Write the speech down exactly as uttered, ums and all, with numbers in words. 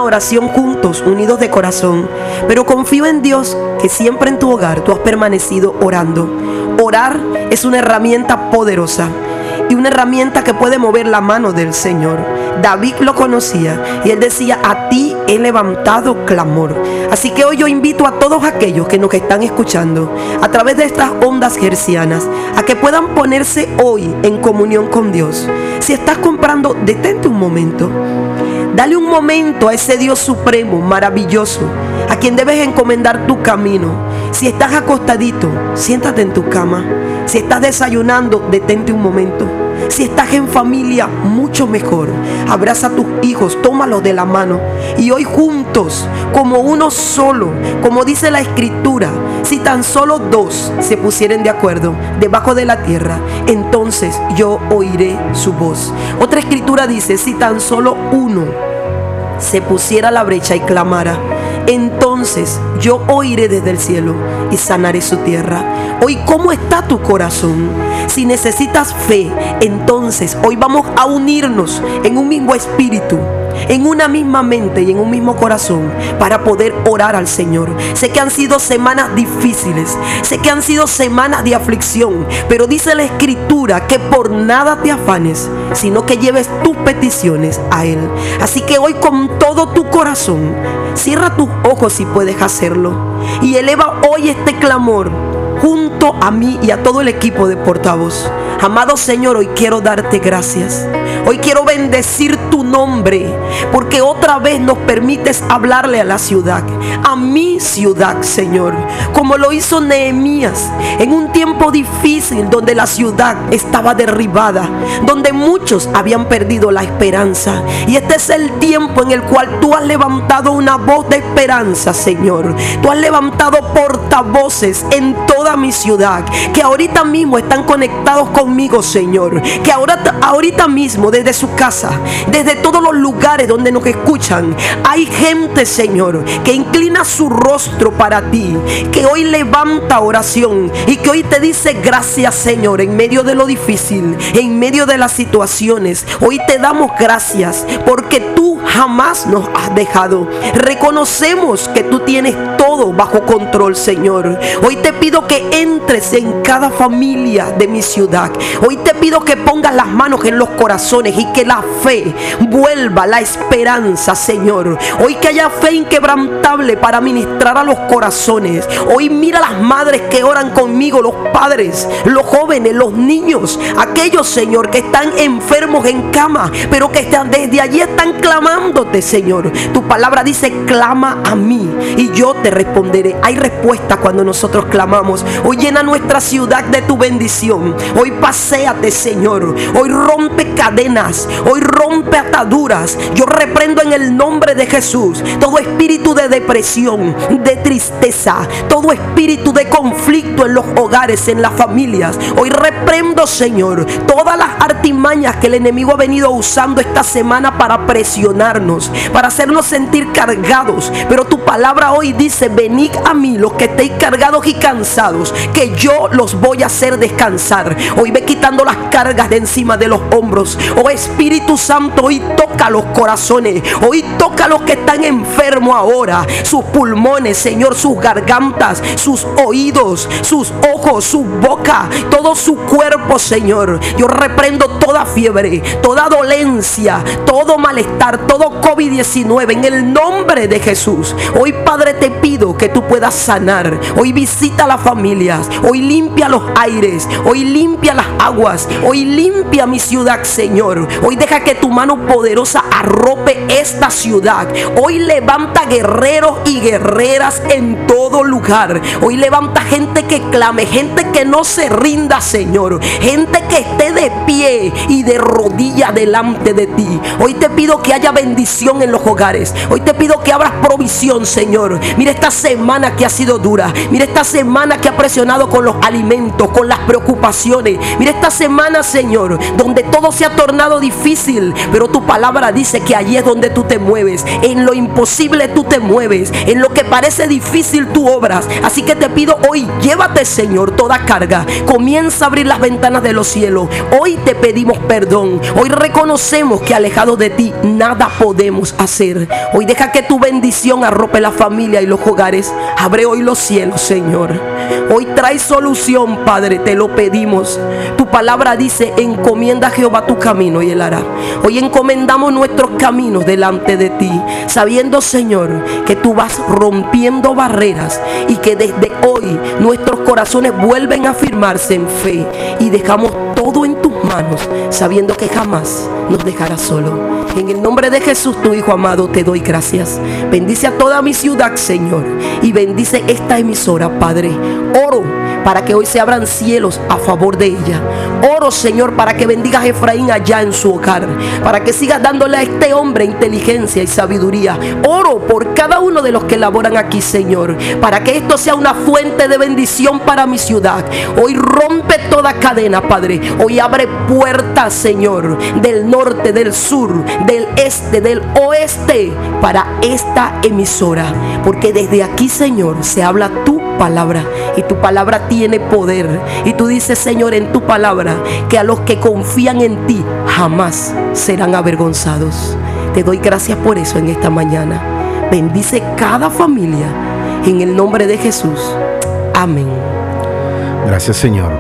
oración juntos, unidos de corazón. Pero confío en Dios que siempre en tu hogar tú has permanecido orando. Orar es una herramienta poderosa y una herramienta que puede mover la mano del Señor. David lo conocía y él decía: a ti he levantado clamor. Así que hoy yo invito a todos aquellos que nos están escuchando a través de estas ondas hercianas a que puedan ponerse hoy en comunión con Dios. Si estás comprando, detente un momento. Dale un momento a ese Dios supremo, maravilloso, a quien debes encomendar tu camino. Si estás acostadito, siéntate en tu cama. Si estás desayunando, detente un momento. Si estás en familia, mucho mejor. Abraza a tus hijos, tómalos de la mano. Y hoy juntos, como uno solo, como dice la Escritura, si tan solo dos se pusieren de acuerdo debajo de la tierra, entonces yo oiré su voz. Otra Escritura dice: si tan solo uno se pusiera a la brecha y clamara, entonces yo oiré desde el cielo y sanaré su tierra. Hoy, ¿cómo está tu corazón? Si necesitas fe, entonces hoy vamos a unirnos en un mismo espíritu, en una misma mente y en un mismo corazón para poder orar al Señor. Sé que han sido semanas difíciles, sé que han sido semanas de aflicción, pero dice la Escritura que por nada te afanes, sino que lleves tus peticiones a Él. Así que hoy, con todo tu corazón, cierra tus ojos si puedes hacerlo y eleva hoy este clamor junto a mí y a todo el equipo de Portavoz. Amado Señor, hoy quiero darte gracias. Hoy quiero bendecir tu nombre, porque otra vez nos permites hablarle a la ciudad, a mi ciudad, Señor, como lo hizo Nehemías en un tiempo difícil donde la ciudad estaba derribada, donde muchos habían perdido la esperanza. Y este es el tiempo en el cual tú has levantado una voz de esperanza, Señor. Tú has levantado portavoces en toda mi ciudad, que ahorita mismo están conectados conmigo, Señor, que ahora, ahorita mismo desde su casa, desde todos los lugares donde nos escuchan, hay gente, Señor, que inclina su rostro para ti, que hoy levanta oración y que hoy te dice gracias, Señor, en medio de lo difícil, en medio de las situaciones. Hoy te damos gracias porque tú jamás nos has dejado. Reconocemos que tú tienes todo bajo control, Señor. Hoy te pido que entres en cada familia de mi ciudad. Hoy te pido que pongas las manos en los corazones y que la fe vuelva, la esperanza, Señor. Hoy que haya fe inquebrantable para ministrar a los corazones. Hoy mira las madres que oran conmigo, los padres, los jóvenes, los niños, aquellos, Señor, que están enfermos en cama, pero que están, desde allí están clamándote, Señor. Tu palabra dice: clama a mí y yo te responderé. Hay respuesta cuando nosotros clamamos. Hoy llena nuestra ciudad de tu bendición. Hoy paséate, Señor. Hoy rompe cadenas, hoy rompe ataduras. Yo reprendo en el nombre de Jesús todo espíritu de depresión, de tristeza, todo espíritu de conflicto en los hogares, en las familias. Hoy reprendo, Señor, todas las artimañas que el enemigo ha venido usando esta semana para presionarnos, para hacernos sentir cargados. Pero tu palabra hoy dice: venid a mí los que estéis cargados y cansados, que yo los voy a hacer descansar. Hoy ve quitando las cargas de encima de los hombros. Oh Espíritu Santo, hoy toca los corazones, hoy toca a los que están enfermos ahora, sus pulmones, Señor, sus gargantas, sus oídos, sus ojos, su boca, todo su cuerpo, Señor. Yo reprendo toda fiebre, toda dolencia, todo malestar, todo COVID diecinueve en el nombre de Jesús. Hoy, Padre, te pido que tú puedas sanar. Hoy visita a las familias, hoy limpia los aires, hoy limpia las aguas, hoy limpia mi ciudad, Señor. Hoy deja que tu mano poderosa arrope esta ciudad. Hoy levanta guerreros y guerreras en todo lugar. Hoy levanta gente que clame, gente que no se rinda, Señor, gente que esté de pie y de rodilla delante de ti. Hoy te pido que haya bendición en los hogares. Hoy te pido que abras provisión, Señor. Mira esta semana que ha sido dura. Mira esta semana que ha presionado con los alimentos, con las preocupaciones. Mira esta semana, Señor, donde todo se ha tornado difícil, pero tu palabra dice que allí es donde tú te mueves. En lo imposible tú te mueves, en lo que parece difícil tú obras. Así que te pido hoy, llévate, Señor, toda carga. Comienza a abrir las ventanas de los cielos. Hoy te pedimos perdón. Hoy reconocemos que alejados de ti nada podemos hacer. Hoy deja que tu bendición arrope la familia y los hogares. Abre hoy los cielos, Señor. Hoy trae solución, Padre, te lo pedimos. Tu palabra dice: encomienda a Jehová tu camino y él hará. Hoy encomendamos nuestros caminos delante de ti, sabiendo, Señor, que tú vas rompiendo barreras y que desde hoy nuestros corazones vuelven a firmarse en fe, y dejamos todo en tus manos, sabiendo que jamás nos dejarás solo. En el nombre de Jesús, tu Hijo amado, te doy gracias. Bendice a toda mi ciudad, Señor, y bendice esta emisora, Padre. Oro para que hoy se abran cielos a favor de ella. Oro, Señor, para que bendigas a Efraín allá en su hogar, para que sigas dándole a este hombre inteligencia y sabiduría. Oro por cada uno de los que laboran aquí, Señor, para que esto sea una fuente de bendición para mi ciudad. Hoy rompe toda cadena, Padre. Hoy abre puertas, Señor, del norte, del sur, del este, del oeste, para esta emisora, porque desde aquí, Señor, se habla tu palabra, y tu palabra tiene poder. Y tú dices, Señor, en tu palabra, que a los que confían en ti jamás serán avergonzados. Te doy gracias por eso en esta mañana. Bendice cada familia en el nombre de Jesús. Amén. Gracias, Señor.